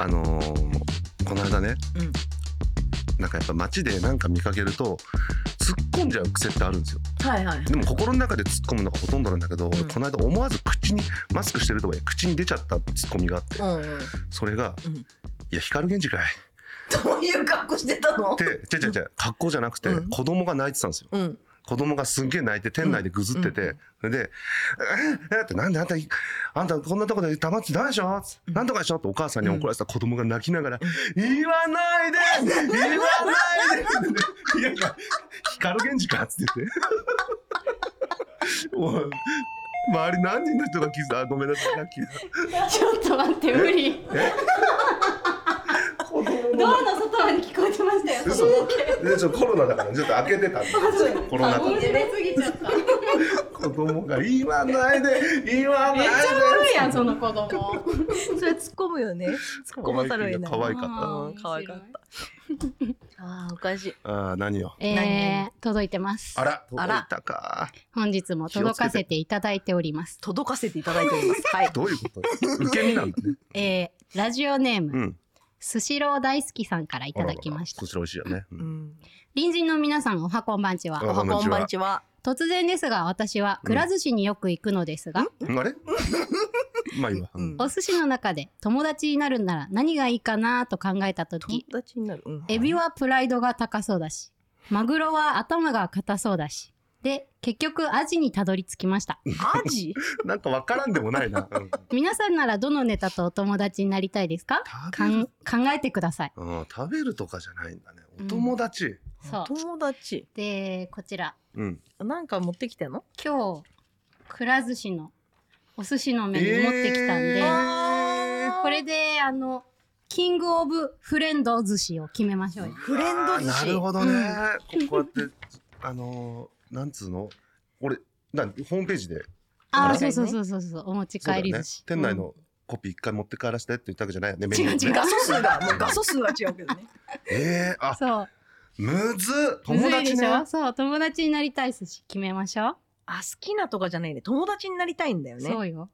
この間ね、なんかやっぱ街でなんか見かけると突っ込んじゃう癖ってあるんですよ。 はいはい。 でも心の中で突っ込むのがほとんどなんだけど、この間思わず口にマスクしてるとか口に出ちゃった突っ込みがあって、それが、いや光源氏かい。 どういう格好してたの？ 違う格好じゃなくて、子供が泣いてたんですよ。子供がすんげえ泣いて店内でぐずってて、それでってなんであんたこんなとこで黙ってないでしょ、なんとかでしょってお母さんに怒られた子供が泣きながら、言わないで言わないでいやいや光源氏かっつっててもう周り何人の人が気づいた。ごめんなさいラッキーだ。 ちょっと待って無理。ドアの外まで聞こえてましたよ。 嘘でちょっとコロナだからちょっと開けてたんでコロナ禍出過ぎちゃった。 子供が言わないで言わないで。 めっちゃ悪いやんその子供。 それ突っ込むよね。突っ込まざるを得ない。 可愛かった。 可愛かった。ああおかしい。 何よ。 届いてます。 あら届いたか。 本日も届かせていただいております。 届かせていただいております。はい。 どういうこと？受け身なんだね。 ラジオネーム。スシロー大好きさんからいただきました。 スシロー美味しいよね。 隣人の皆さんおはこんばんちは。 おはこんばんちは。 突然ですが私はくら寿司によく行くのですが、 あれまあいいわ。 お寿司の中で友達になるなら何がいいかなと考えたとき、 友達になる。 エビはプライドが高そうだし、マグロは頭が硬そうだし、で結局アジにたどり着きました。 アジ？ なんかわからんでもないな。 皆さんならどのネタとお友達になりたいですか？考えてください。 食べるとかじゃないんだね。お友達。 そう。 友達。 でこちら。 なんか持ってきてんの？ 今日くら寿司のお寿司のメニュー持ってきたんで、これでキングオブフレンド寿司を決めましょうよ。 フレンド寿司。 なるほどね。こうやってなんつうの？俺ホームページで。 そうお持ち帰り寿司。 店内のコピー一回持って帰らせてって言ったわけじゃないよね。 違う画素数がもう画素数は違うけどね。 そう。 むず友達ね。 そう友達になりたい寿司決めましょう。 好きなとかじゃないね。友達になりたいんだよね。 そうよ。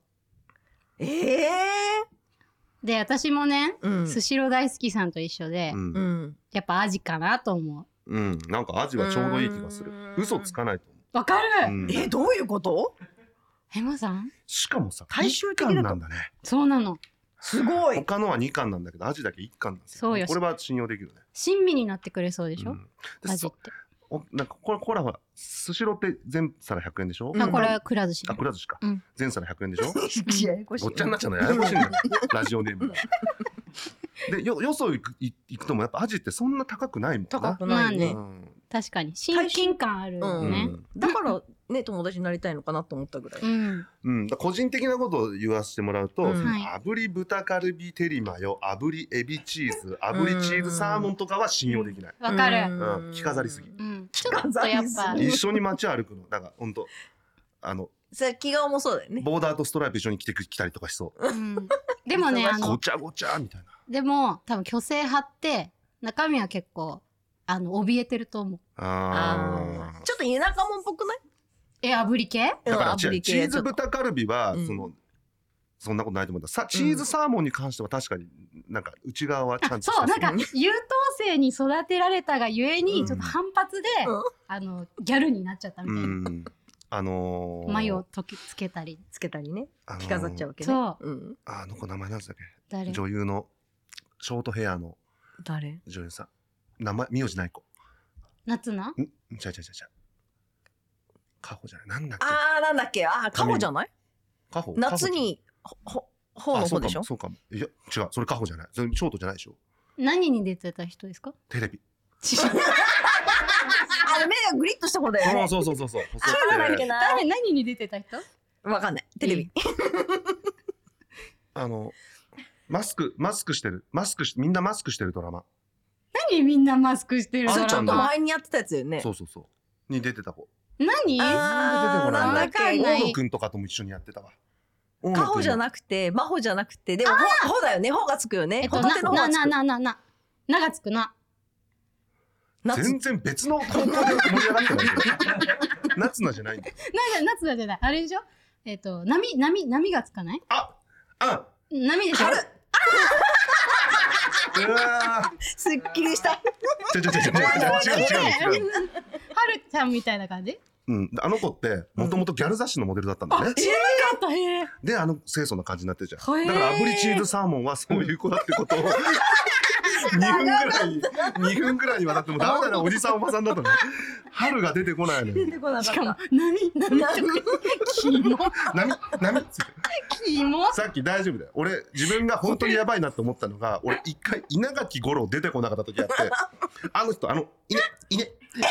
で私もね、スシロー大好きさんと一緒で、やっぱアジかなと思う。なんかアジはちょうどいい気がする。嘘つかないと思う。 わかる。 どういうこと？ エさん？ しかもさ、 大衆的なんだね。 そうなの。 すごい。 他のは2貫なんだけど、アジだけ1貫なんですよ。そうよ。これは信用できるね。 親身になってくれそうでしょ？アジって。 なんかこれはスシローって全皿100円でしょ？ これはくら寿司。 くら寿司か。全皿100円でしょ？ごっちゃになっちゃうのややこしいんだよ。ラジオネームが。でよそ行くともやっぱアジってそんな高くないもんな。 高くないね。 確かに親近感あるよね。 だからね友達になりたいのかなと思ったぐらい。 個人的なことを言わせてもらうと、炙り豚カルビテリマヨ、炙りエビチーズ、炙りチーズサーモンとかは信用できない。 わかる。 着飾りすぎ。 ちょっとやっぱ一緒に街歩くのなんか本当それ気が重そうだよね。 ボーダーとストライプ一緒に着たりとかしそう。 でもねごちゃごちゃみたいな。 でも多分虚勢張って中身は結構怯えてると思う。 ちょっと田舎もんっぽくない？ 炙り系？ だからチーズ豚カルビはそんなことないと思うんだ。チーズサーモンに関しては確かになんか内側はちゃんとそうなんか優等生に育てられたがゆえにちょっと反発でギャルになっちゃったみたいな。マヨつけたりね。着飾っちゃうわけね。 そう。 子名前なんだっけ？ 誰？ 女優のショートヘアの誰？ 女優さん。名前ない子。 夏菜？ ちゃカホじゃない。なんだっけ？ なんだっけ？カホじゃない？ カホ。 夏にほの方でしょ？ そうかも。いや違う。それカホじゃない。それショートじゃないでしょ。 何に出てた人ですか？ テレビ。 目がグリッとした方だよね。 そう。 何に出てた人？ わかんない。テレビ。 マスクしてる。みんなマスクしてるドラマ。 何みんなマスクしてるドラマ？ ちょっと前にやってたやつよね。 そう。に出てた子。 何？ なんだっけ？ 大野くんとかとも一緒にやってたわ。 カホじゃなくて、マホじゃなくて、でもホだよね。ホがつくよね。ホタテのホがつく。 ながつくな。 全然別の方向で盛り上がってない。夏菜じゃないんだよ。 夏菜じゃない。あれでしょ？波がつかない？波でしょ？ うわーすっきりした。 違う。 はるちゃんみたいな感じ？ あの子ってもともとギャル雑誌のモデルだったんだね。 知らなかった。へえ。 で清楚な感じになってるじゃん。 へーだから炙りチーズサーモンはそういう子だってことを2分ぐらいにわたってもダメだな、おじさんおばさんだとね。春が出てこないのよ。 出てこなかしかもった。 波とかキモ波キモ。 さっき大丈夫だよ。俺自分が本当にやばいなって思ったのが、俺一回稲垣吾郎出てこなかった時あって、あの人稲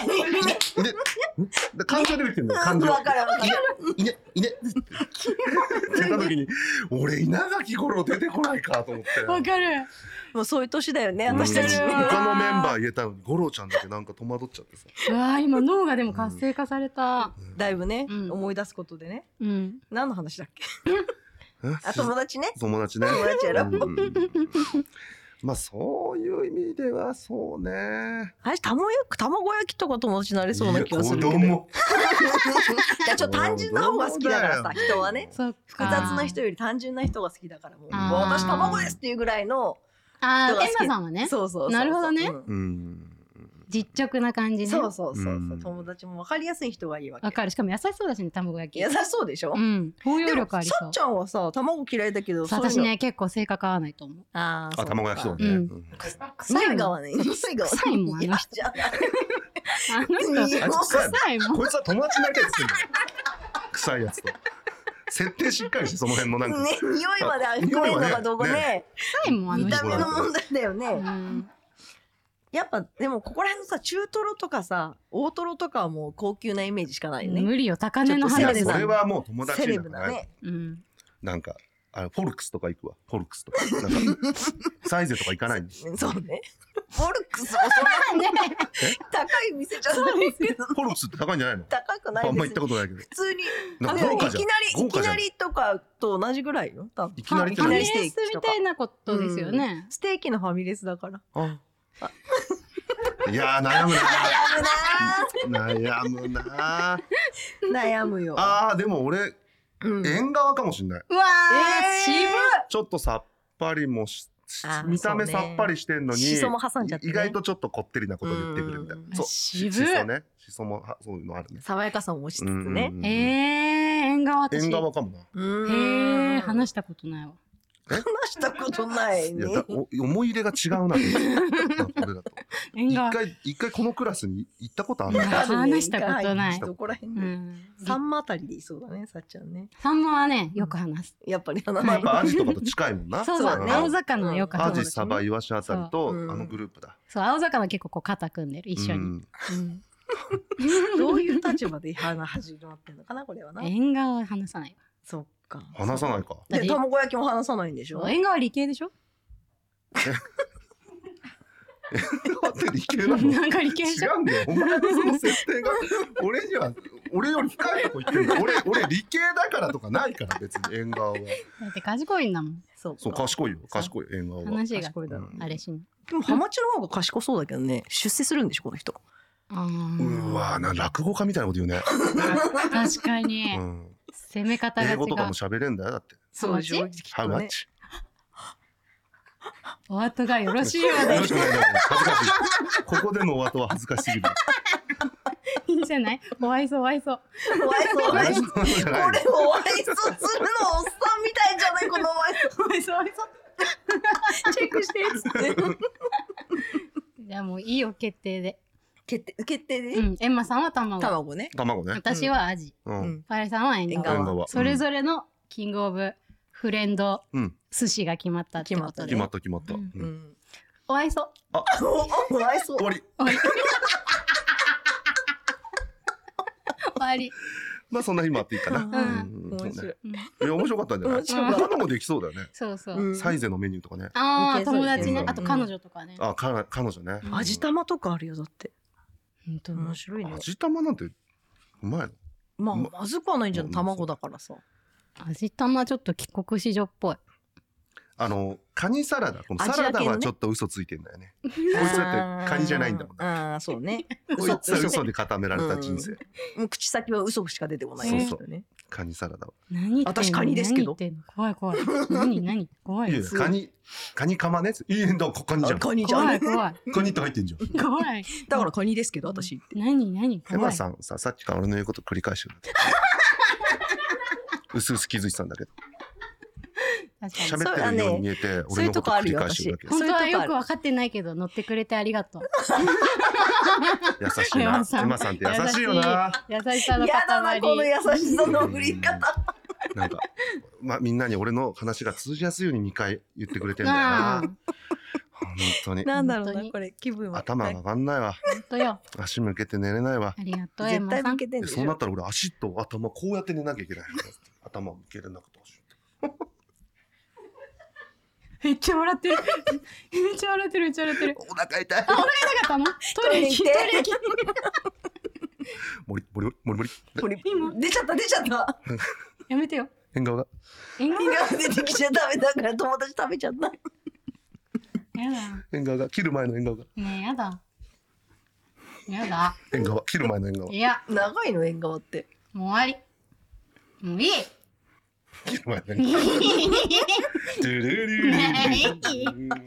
感情出てきてるんだよ。感情。 わかるわかる。 稲って言った時に俺稲垣吾郎出てこないかと思って。 わかる。 もうそういう年だよね、私たち。 うん他のメンバー入れたのに吾郎ちゃんだけなんか戸惑っちゃってさ。 うわー、今脳がでも活性化された。 だいぶね、 うん思い出すことでね。 うん。 何の話だっけ？あ、友達ね。 友達ね。 友達やろ。 まあそういう意味ではそうね。 あれ卵焼きとか友達になれそうな気がするけど。 いや子供いやちょっと単純な方が好きだからさ、人はね。 そっか。 複雑な人より単純な人が好きだからもうあー私卵ですっていうぐらいのあー、エ人が好き。 ンマさんはね。 そうそうそうそう。 なるほどねうん。 実直な感じね。 そうそうそうそううん友達も分かりやすい人がいいわけ。 わかる。しかも優しそうだしね、卵焼き。 優しそうでしょ。 うん。包容力ありそうさっち。ゃんはさ卵嫌いだけどそういうの私ね、結構性格合わないと思う。 あー卵焼きそうね。 うんうん臭い側ね。臭い側。 臭いもんあの人じゃあの人、 あいつ臭いの臭いもん。 こいつは友達になりたいって言ってんだよ。臭いやつと。設定しっかりしてその辺のなんか。 ね匂いまで含めるのがどこね。 臭いもん、あの人見た。目の問題だようね。 ん。 やっぱでもここら辺のさ中トロとかさ大トロとかはもう高級なイメージしかないよね。 無理よ、高値のいや花でさそれ。はもう友達セレだから。 ブだね。 うん。 なんかフォルクスとか行くわ。フォルクスとか。なんかサイゼとか行かないんです。 そうね。フォルクスもそんな高い店じゃないですけど。 フォルクスって高いんじゃないの？ 高くないです。 あんま行ったことないけど。 普通になんでもいか豪華じゃん。 きなり豪華じゃん。 とかと同じぐらいよ。多分いきなりってファミレ何？ ステースキとかみたいなことですよね。 ステーキのファミレスだから。 あいやー悩むな。悩むな。 悩むよ。 あーでも俺うん縁側かもしんない。 うわー、渋い。 ちょっとさっぱりもしあー見た目そうねさっぱりしてんのにシソも挟んじゃってね意外とちょっとこってりなこと言ってくるみたいな。そう渋いシソね。シソもそういうのあるね。 爽やかさも持ちつつね。 縁側私。 縁側かもな。 へー、話したことないわ。 話したことないね。 いや思い入れが違うな。俺だと。 縁側。 一回このクラスに行ったことあるの。 うん話したことないどこら辺で。 うん。 サンマあたりでいそうだね、さっちゃんね。 サンマはね、よく話す。 やっぱりまあやっぱアジとかと近いもんな。 そうそう、 そうだね青魚はよくア話す。 ジ、サバ、イワシあたりとあそうのグループだ。 そう、青魚は結構こう肩組んでる、一緒に。 うんどういう立場で始まってんのかな、これはな。 縁側は話さないわ。 そっか。 話さないか。 で、卵焼きも話さないんでしょ。 縁側理系でしょ？ だって理系なの？ なんか理系でしょ？ 違うんだよ。お前のその設定が俺より深いとこ言ってるんだよ。俺理系だからとかないから別に縁側は。 だって賢いんだもん。 そうか。 そう賢いよ賢い縁側は。 話が賢いだろうねあれしん。 でもハマチの方が賢そうだけどね、出世するんでしょ、この人。 うわ落語家みたいなこと言うね。 確かにう。ん攻め方が違う英語とかも。喋れんだよだって。 そうでしょ、きっハウとね。 マッチ。 お後がよろしいようでよろしくない恥ずかしい。ここでのお後は恥ずかしすぎる。 いいんじゃない？お愛想お愛想。 お愛想お愛想。これお愛想するのおっさんみたいじゃない、このお愛想。 お愛想お愛想。 チェックしてっつって。 じゃあもういいよ、決定で。 決定で。 うん。エンマさんは卵。 卵ね。 卵ね。 私はアジ。 う。 うんん。 パイさんは縁縁側。 側。 それぞれのキングオブフレンドうん。 寿司が決まったってことで決ま。った決まった。 ううんんうん。 お愛想。 お愛想。 終わり。 終わり。 まあそんな日もあっていいかな。 うん面白い。 うんいや面白かったんじゃない？ 面白かった卵できそうだよね。 そうそう。 うんサイゼのメニューとかね。 ああ、 いけそう友達ねいけ。そうあと彼女とかね。 あ彼女ね。 うん味玉とかあるよ、だって。 本当面白いね。 味玉なんてうまいの？ まあ、 ままずくはないんじゃん、卵だからさ。 味玉ちょっと帰国子女っぽい。 カニサラダ。このサラダはちょっと嘘ついてんだよね。こいつだってカニじゃないんだもんな。 ああ、そうね。 こいつは嘘で固められた人生。 もう口先は嘘しか出てこないそうですよね。 カニサラダは。 何言ってんの？ 私カニですけど何言ってんの？怖い怖い。何怖い。 いやカニカマね。いいね、だカニじゃん。 カニじゃん。 怖い。 カニって入ってんじゃん。 怖い。 だからカニですけど私って。 何エ怖い。 マさんさっきから俺の言うこと繰り返してる。うすうす気づいてたんだけど。 確かに。 喋ってるように見えて、俺のこと繰り返してるだけ。 本当はよく分かってないけど乗ってくれてありがとう。 優しいな。エマさんって優しいよな。 優しさのやだな塊。 この優しさの振り方。 なんかみんなに俺の話が通じやすいように2回言ってくれてんだよな。本当に。 なんだろうなこれ気分は。 頭が上がんないわ。 本当よ。 足向けて寝れないわ。 ありがとう。 絶対向けてんでしょ。 そうなったら俺足と頭こうやって寝なきゃいけない。頭向けれなくてほしい。 めっちゃ笑ってる。めっちゃ笑ってる。 お腹痛い。 お腹痛かったの？トイレ行き。 もり。 出ちゃったやめてよ。 変顔が。 笑顔今出てきちゃダメだから友達食べちゃった。 やだ。 変顔が切る前の変顔が。 ねえやだ。やだ。 変顔切る前の変顔。 いや長いの縁側って。 もう終わり。もういい。 切る前の変顔。ドゥルルルルル終わり。終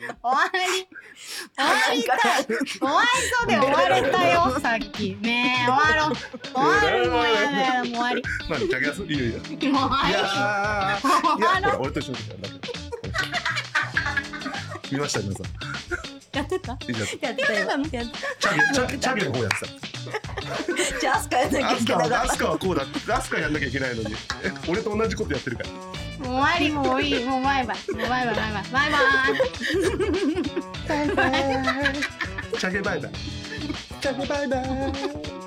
わりたい。終わりそうで終われたよさっき。ねえ終わろう。終わるもうやだもう終わり。 何チャゲやすいいよいいよ。 もう終わり。 いや終わろう。 俺と一緒にやんな。見ました皆さん。 やってた？ やってたの？ チャゲの方やってた。 じゃあアスカやんなきゃいけなかった。 アスカはこうだ。アスカやんなきゃいけないのに。俺と同じことやってるから。 もう終わりもういいもうバイバイバイバイ。 チャゲバイバイ。チャゲバイバイ。